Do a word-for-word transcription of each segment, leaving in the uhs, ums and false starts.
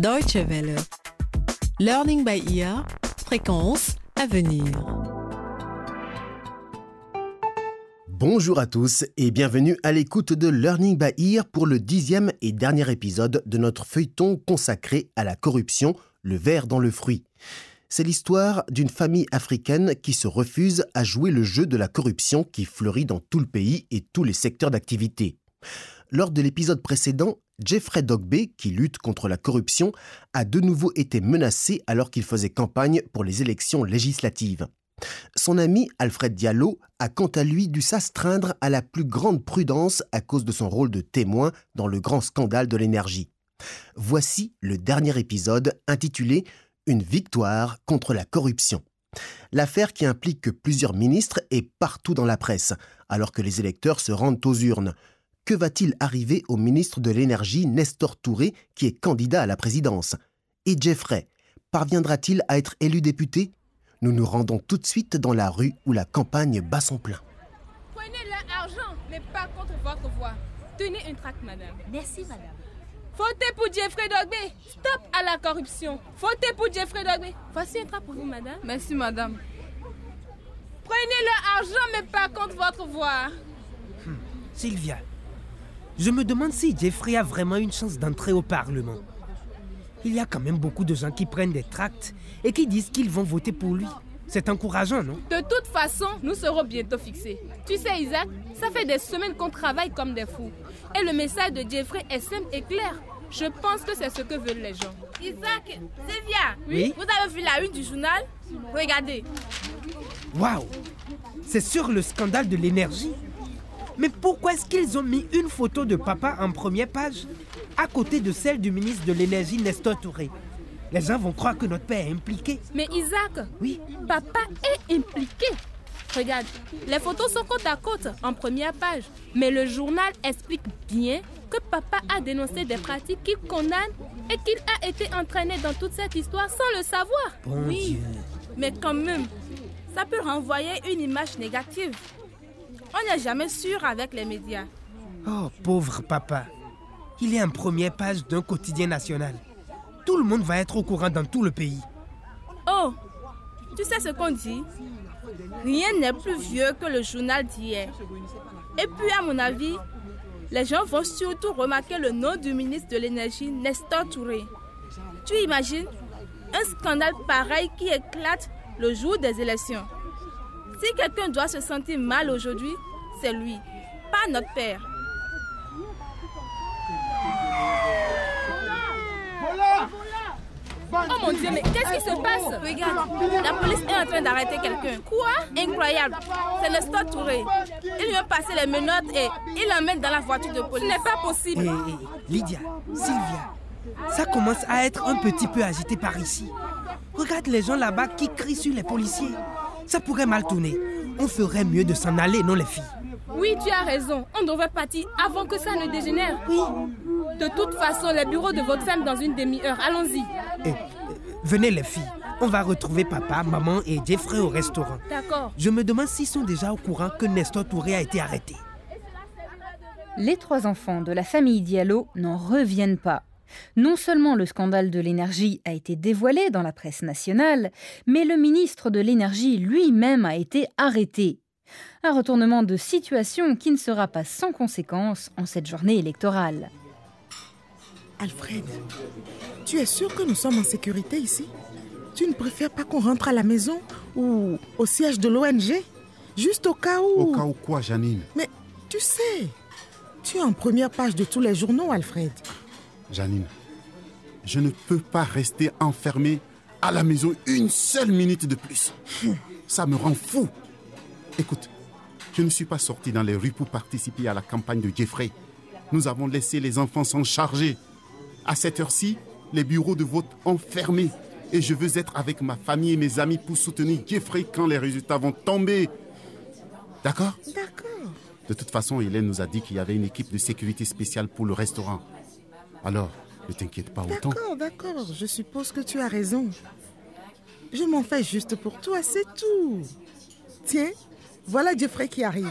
Deutsche Welle. Learning by ear, fréquence à venir. Bonjour à tous et bienvenue à l'écoute de Learning by Ear pour le dixième et dernier épisode de notre feuilleton consacré à la corruption, le ver dans le fruit. C'est l'histoire d'une famille africaine qui se refuse à jouer le jeu de la corruption qui fleurit dans tout le pays et tous les secteurs d'activité. Lors de l'épisode précédent, Jeffrey Dogbe, qui lutte contre la corruption, a de nouveau été menacé alors qu'il faisait campagne pour les élections législatives. Son ami Alfred Diallo a quant à lui dû s'astreindre à la plus grande prudence à cause de son rôle de témoin dans le grand scandale de l'énergie. Voici le dernier épisode intitulé « Une victoire contre la corruption ». L'affaire qui implique plusieurs ministres est partout dans la presse, alors que les électeurs se rendent aux urnes. Que va-t-il arriver au ministre de l'Énergie Nestor Touré, qui est candidat à la présidence? Et Jeffrey, parviendra-t-il à être élu député? Nous nous rendons tout de suite dans la rue où la campagne bat son plein. Prenez leur argent, mais pas contre votre voix. Tenez une tract, madame. Merci, madame. Votez pour Jeffrey Dogbe. Stop à la corruption. Votez pour Jeffrey Dogbe. Voici un tract pour vous, madame. Merci, madame. Prenez leur argent, mais pas contre votre voix. Hmm. Sylvia, je me demande si Jeffrey a vraiment une chance d'entrer au Parlement. Il y a quand même beaucoup de gens qui prennent des tracts et qui disent qu'ils vont voter pour lui. C'est encourageant, non? De toute façon, nous serons bientôt fixés. Tu sais, Isaac, ça fait des semaines qu'on travaille comme des fous. Et le message de Jeffrey est simple et clair. Je pense que c'est ce que veulent les gens. Isaac, Sylvia, oui? Vous avez vu la une du journal? Regardez. Waouh! C'est sur le scandale de l'énergie. Mais pourquoi est-ce qu'ils ont mis une photo de papa en première page à côté de celle du ministre de l'Énergie Nestor Touré? Les gens vont croire que notre père est impliqué. Mais Isaac, oui, papa est impliqué. Regarde, les photos sont côte à côte en première page. Mais le journal explique bien que papa a dénoncé des pratiques qu'il condamne et qu'il a été entraîné dans toute cette histoire sans le savoir. Bon oui, Dieu. Mais quand même, ça peut renvoyer une image négative. On n'est jamais sûr avec les médias. Oh, pauvre papa. Il est en première page d'un quotidien national. Tout le monde va être au courant dans tout le pays. Oh, tu sais ce qu'on dit? Rien n'est plus vieux que le journal d'hier. Et puis, à mon avis, les gens vont surtout remarquer le nom du ministre de l'Énergie, Nestor Touré. Tu imagines un scandale pareil qui éclate le jour des élections. Si quelqu'un doit se sentir mal aujourd'hui, c'est lui, pas notre père. Oh mon Dieu, mais qu'est-ce qui se passe? Regarde, la police est en train d'arrêter quelqu'un. Quoi? Incroyable. C'est Nestor Touré. Il lui a passé les menottes et il l'emmène dans la voiture de police. Ce n'est pas possible. Hé, hé, Lydia, Sylvia, ça commence à être un petit peu agité par ici. Regarde les gens là-bas qui crient sur les policiers. Ça pourrait mal tourner. On ferait mieux de s'en aller, non les filles? Oui, tu as raison. On devrait partir avant que ça ne dégénère. Oui. De toute façon, les bureaux de votre femme dans une demi-heure. Allons-y. Eh, euh, venez les filles. On va retrouver papa, maman et Jeffrey au restaurant. D'accord. Je me demande s'ils sont déjà au courant que Nestor Touré a été arrêté. Les trois enfants de la famille Diallo n'en reviennent pas. Non seulement le scandale de l'énergie a été dévoilé dans la presse nationale, mais le ministre de l'énergie lui-même a été arrêté. Un retournement de situation qui ne sera pas sans conséquences en cette journée électorale. Alfred, tu es sûr que nous sommes en sécurité ici? Tu ne préfères pas qu'on rentre à la maison ou au siège de l'O N G? Juste au cas où... Au cas où quoi, Janine? Mais tu sais, tu es en première page de tous les journaux, Alfred. Janine, je ne peux pas rester enfermé à la maison une seule minute de plus. Ça me rend fou. Écoute, je ne suis pas sorti dans les rues pour participer à la campagne de Jeffrey. Nous avons laissé les enfants s'en charger. À cette heure-ci, les bureaux de vote ont fermé. Et je veux être avec ma famille et mes amis pour soutenir Jeffrey quand les résultats vont tomber. D'accord? D'accord. De toute façon, Hélène nous a dit qu'il y avait une équipe de sécurité spéciale pour le restaurant. Alors, ne t'inquiète pas autant. D'accord, d'accord. Je suppose que tu as raison. Je m'en fais juste pour toi, c'est tout. Tiens, voilà Jeffrey qui arrive.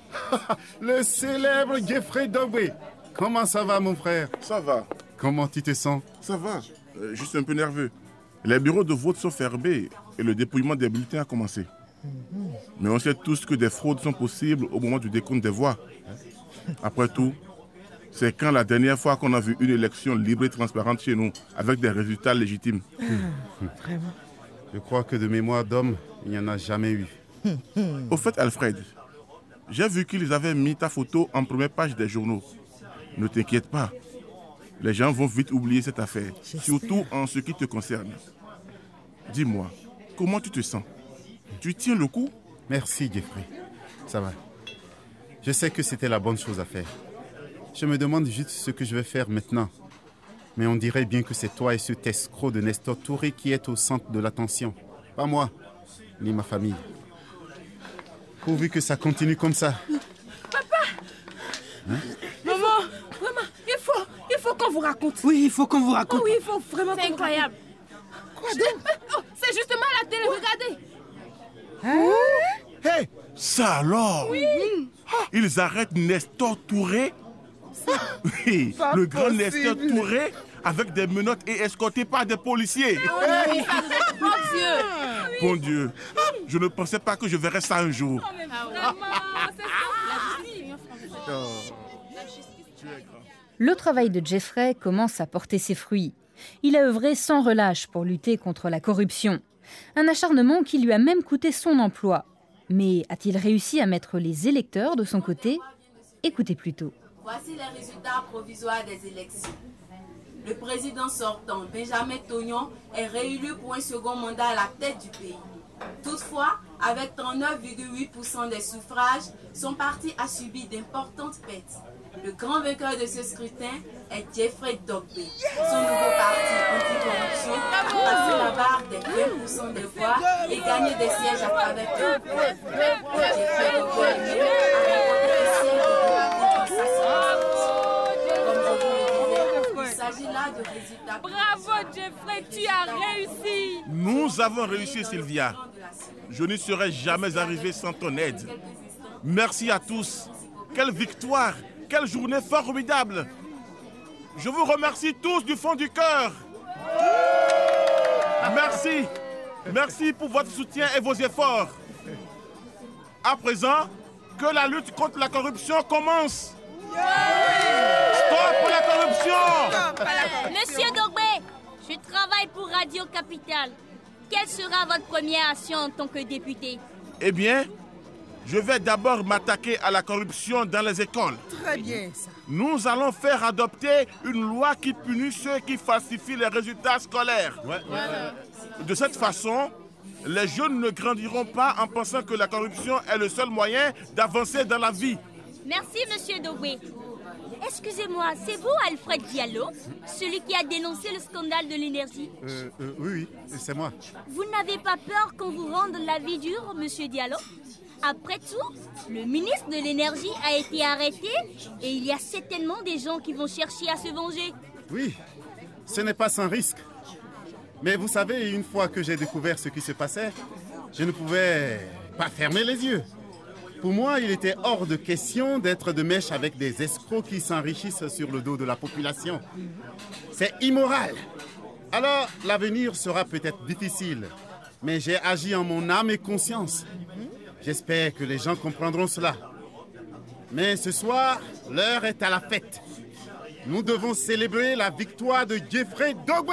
Le célèbre Jeffrey Dogbe. Comment ça va, mon frère? Ça va. Comment tu te sens? Ça va. euh, juste un peu nerveux. Les bureaux de vote sont fermés et le dépouillement des bulletins a commencé. Mais on sait tous que des fraudes sont possibles au moment du décompte des voix. Après tout, c'est quand la dernière fois qu'on a vu une élection libre et transparente chez nous, avec des résultats légitimes. Vraiment. Je crois que de mémoire d'homme, il n'y en a jamais eu. Au fait, Alfred, j'ai vu qu'ils avaient mis ta photo en première page des journaux. Ne t'inquiète pas. Les gens vont vite oublier cette affaire, surtout en ce qui te concerne. Dis-moi, comment tu te sens? Tu tiens le coup? Merci, Jeffrey. Ça va. Je sais que c'était la bonne chose à faire. Je me demande juste ce que je vais faire maintenant. Mais on dirait bien que c'est toi et cet escroc de Nestor Touré qui êtes au centre de l'attention. Pas moi, ni ma famille. Pourvu que ça continue comme ça. Papa! Hein? Maman! Vraiment, il faut, il faut qu'on vous raconte. Oui, il faut qu'on vous raconte. Oh oui, il faut vraiment. C'est incroyable. Quoi donc? Oh, c'est justement à la télé, regardez. Hein? Hey, ça alors? Oui. Ils arrêtent Nestor Touré? Oui, le grand Nestor Touré avec des menottes et escorté par des policiers. Oh, oui, ça vous est bon Dieu. Bon Dieu, je ne pensais pas que je verrais ça un jour. Oh, mais vraiment, c'est ça. La justice. Le travail de Jeffrey commence à porter ses fruits. Il a œuvré sans relâche pour lutter contre la corruption. Un acharnement qui lui a même coûté son emploi. Mais a-t-il réussi à mettre les électeurs de son côté? Écoutez plutôt. Voici les résultats provisoires des élections. Le président sortant, Benjamin Tognon, est réélu pour un second mandat à la tête du pays. Toutefois, avec trente-neuf virgule huit pour cent des suffrages, son parti a subi d'importantes pertes. Le grand vainqueur de ce scrutin est Jeffrey Dogbe. Son nouveau parti anticorruption a passé la barre des vingt pour cent des voix et gagné des sièges à travers tout le pays. Jeffrey Dogbe a remporté le siège de député Comme je vous le disais, il s'agit là de résultats. Bravo Jeffrey, tu as réussi. Nous avons réussi, Sylvia. Je n'y serais jamais arrivé sans ton aide. Merci à tous. Quelle victoire! Quelle journée formidable! Je vous remercie tous du fond du cœur. Merci. Merci pour votre soutien et vos efforts. À présent, que la lutte contre la corruption commence. Stop la corruption! Monsieur Dogbe, je travaille pour Radio Capitale. Quelle sera votre première action en tant que député? Eh bien, je vais d'abord m'attaquer à la corruption dans les écoles. Très bien, ça. Nous allons faire adopter une loi qui punit ceux qui falsifient les résultats scolaires. Ouais, ouais, ouais. De cette façon, les jeunes ne grandiront pas en pensant que la corruption est le seul moyen d'avancer dans la vie. Merci, monsieur Dogbe. Excusez-moi, c'est vous Alfred Diallo, celui qui a dénoncé le scandale de l'énergie? euh, euh, Oui, oui, c'est moi. Vous n'avez pas peur qu'on vous rende la vie dure, monsieur Diallo? Après tout, le ministre de l'énergie a été arrêté et il y a certainement des gens qui vont chercher à se venger. Oui, ce n'est pas sans risque. Mais vous savez, une fois que j'ai découvert ce qui se passait, je ne pouvais pas fermer les yeux. Pour moi, il était hors de question d'être de mèche avec des escrocs qui s'enrichissent sur le dos de la population. C'est immoral. Alors, l'avenir sera peut-être difficile, mais j'ai agi en mon âme et conscience. J'espère que les gens comprendront cela. Mais ce soir, l'heure est à la fête. Nous devons célébrer la victoire de Jeffrey Dogbe.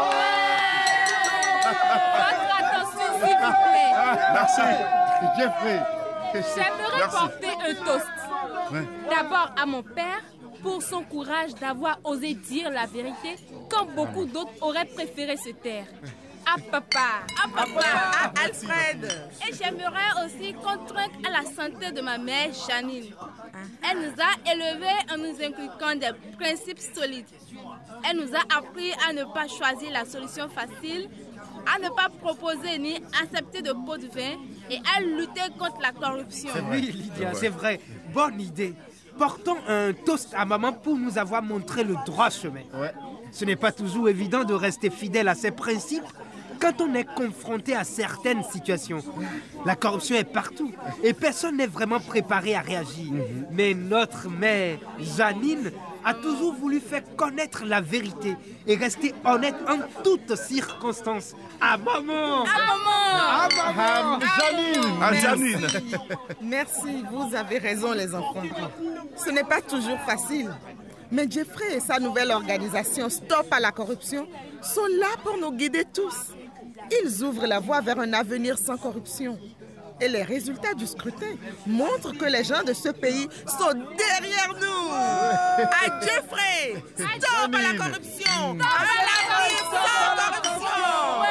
Votre attention, s'il vous plaît. Merci, Jeffrey. J'aimerais Merci. porter un toast. Ouais. D'abord à mon père pour son courage d'avoir osé dire la vérité quand beaucoup d'autres auraient préféré se taire. À papa, à papa, à Alfred. Et j'aimerais aussi qu'on trinque à la santé de ma mère Janine. Elle nous a élevés en nous inculquant des principes solides. Elle nous a appris à ne pas choisir la solution facile, à ne pas proposer ni accepter de pots de vin et à lutter contre la corruption. Oui, Lydia, c'est vrai. Bonne idée. Portons un toast à maman pour nous avoir montré le droit chemin. Ouais. Ce n'est pas toujours évident de rester fidèle à ses principes, quand on est confronté à certaines situations, la corruption est partout et personne n'est vraiment préparé à réagir. Mm-hmm. Mais notre mère, Janine, a toujours voulu faire connaître la vérité et rester honnête en toutes circonstances. À maman! À maman! À maman! Janine! À Janine! Merci, vous avez raison les enfants. Ce n'est pas toujours facile. Mais Jeffrey et sa nouvelle organisation Stop à la corruption sont là pour nous guider tous. Ils ouvrent la voie vers un avenir sans corruption. Et les résultats du scrutin montrent que les gens de ce pays sont derrière nous. À Jeffrey, stop à la corruption. À l'avenir sans corruption.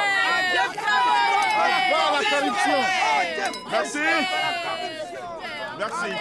À la corruption. Merci. Merci.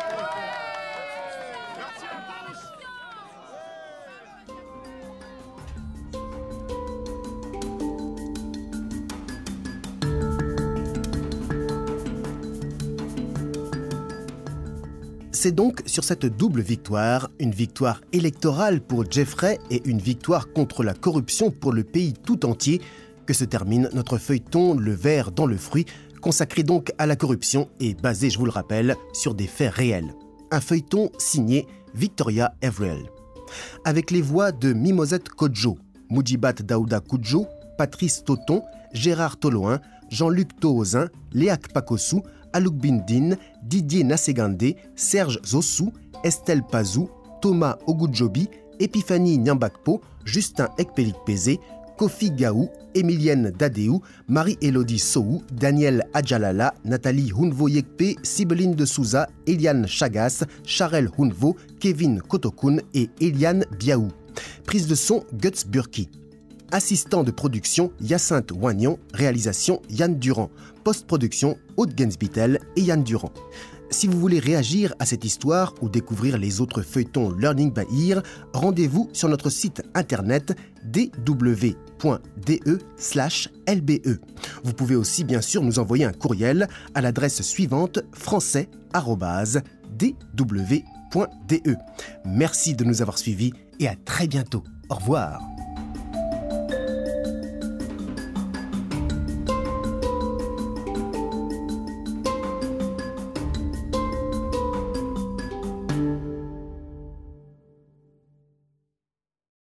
C'est donc sur cette double victoire, une victoire électorale pour Jeffrey et une victoire contre la corruption pour le pays tout entier, que se termine notre feuilleton Le ver dans le fruit, consacré donc à la corruption et basé, je vous le rappelle, sur des faits réels. Un feuilleton signé Victoria Avril. Avec les voix de Mimosette Kodjo, Moujibat Daouda Koudjo, Patrice Toton, Gérard Toloin, Jean-Luc Tohozin, Léac Pakossou, Alouk Bindine, Didier Nassegandé, Serge Zossou, Estelle Pazou, Thomas Ogoudjobi, Epiphanie Nyambakpo, Justin Ekpelik-Pézé, Kofi Gaou, Emilienne Dadeou, Marie-Élodie Soou, Daniel Adjalala, Nathalie Hounvo-Yekpe, Sibeline de Souza, Eliane Chagas, Charel Hounvo, Kevin Kotokun et Eliane Biaou. Prise de son Guts Burki. Assistant de production Hyacinthe Wagnon, réalisation Yann Durand, post-production Aude Gensbittel et Yann Durand. Si vous voulez réagir à cette histoire ou découvrir les autres feuilletons Learning by Ear, rendez-vous sur notre site internet d w point d e slash l b e. Vous pouvez aussi bien sûr nous envoyer un courriel à l'adresse suivante français arobase d w point d e. Merci de nous avoir suivis et à très bientôt. Au revoir.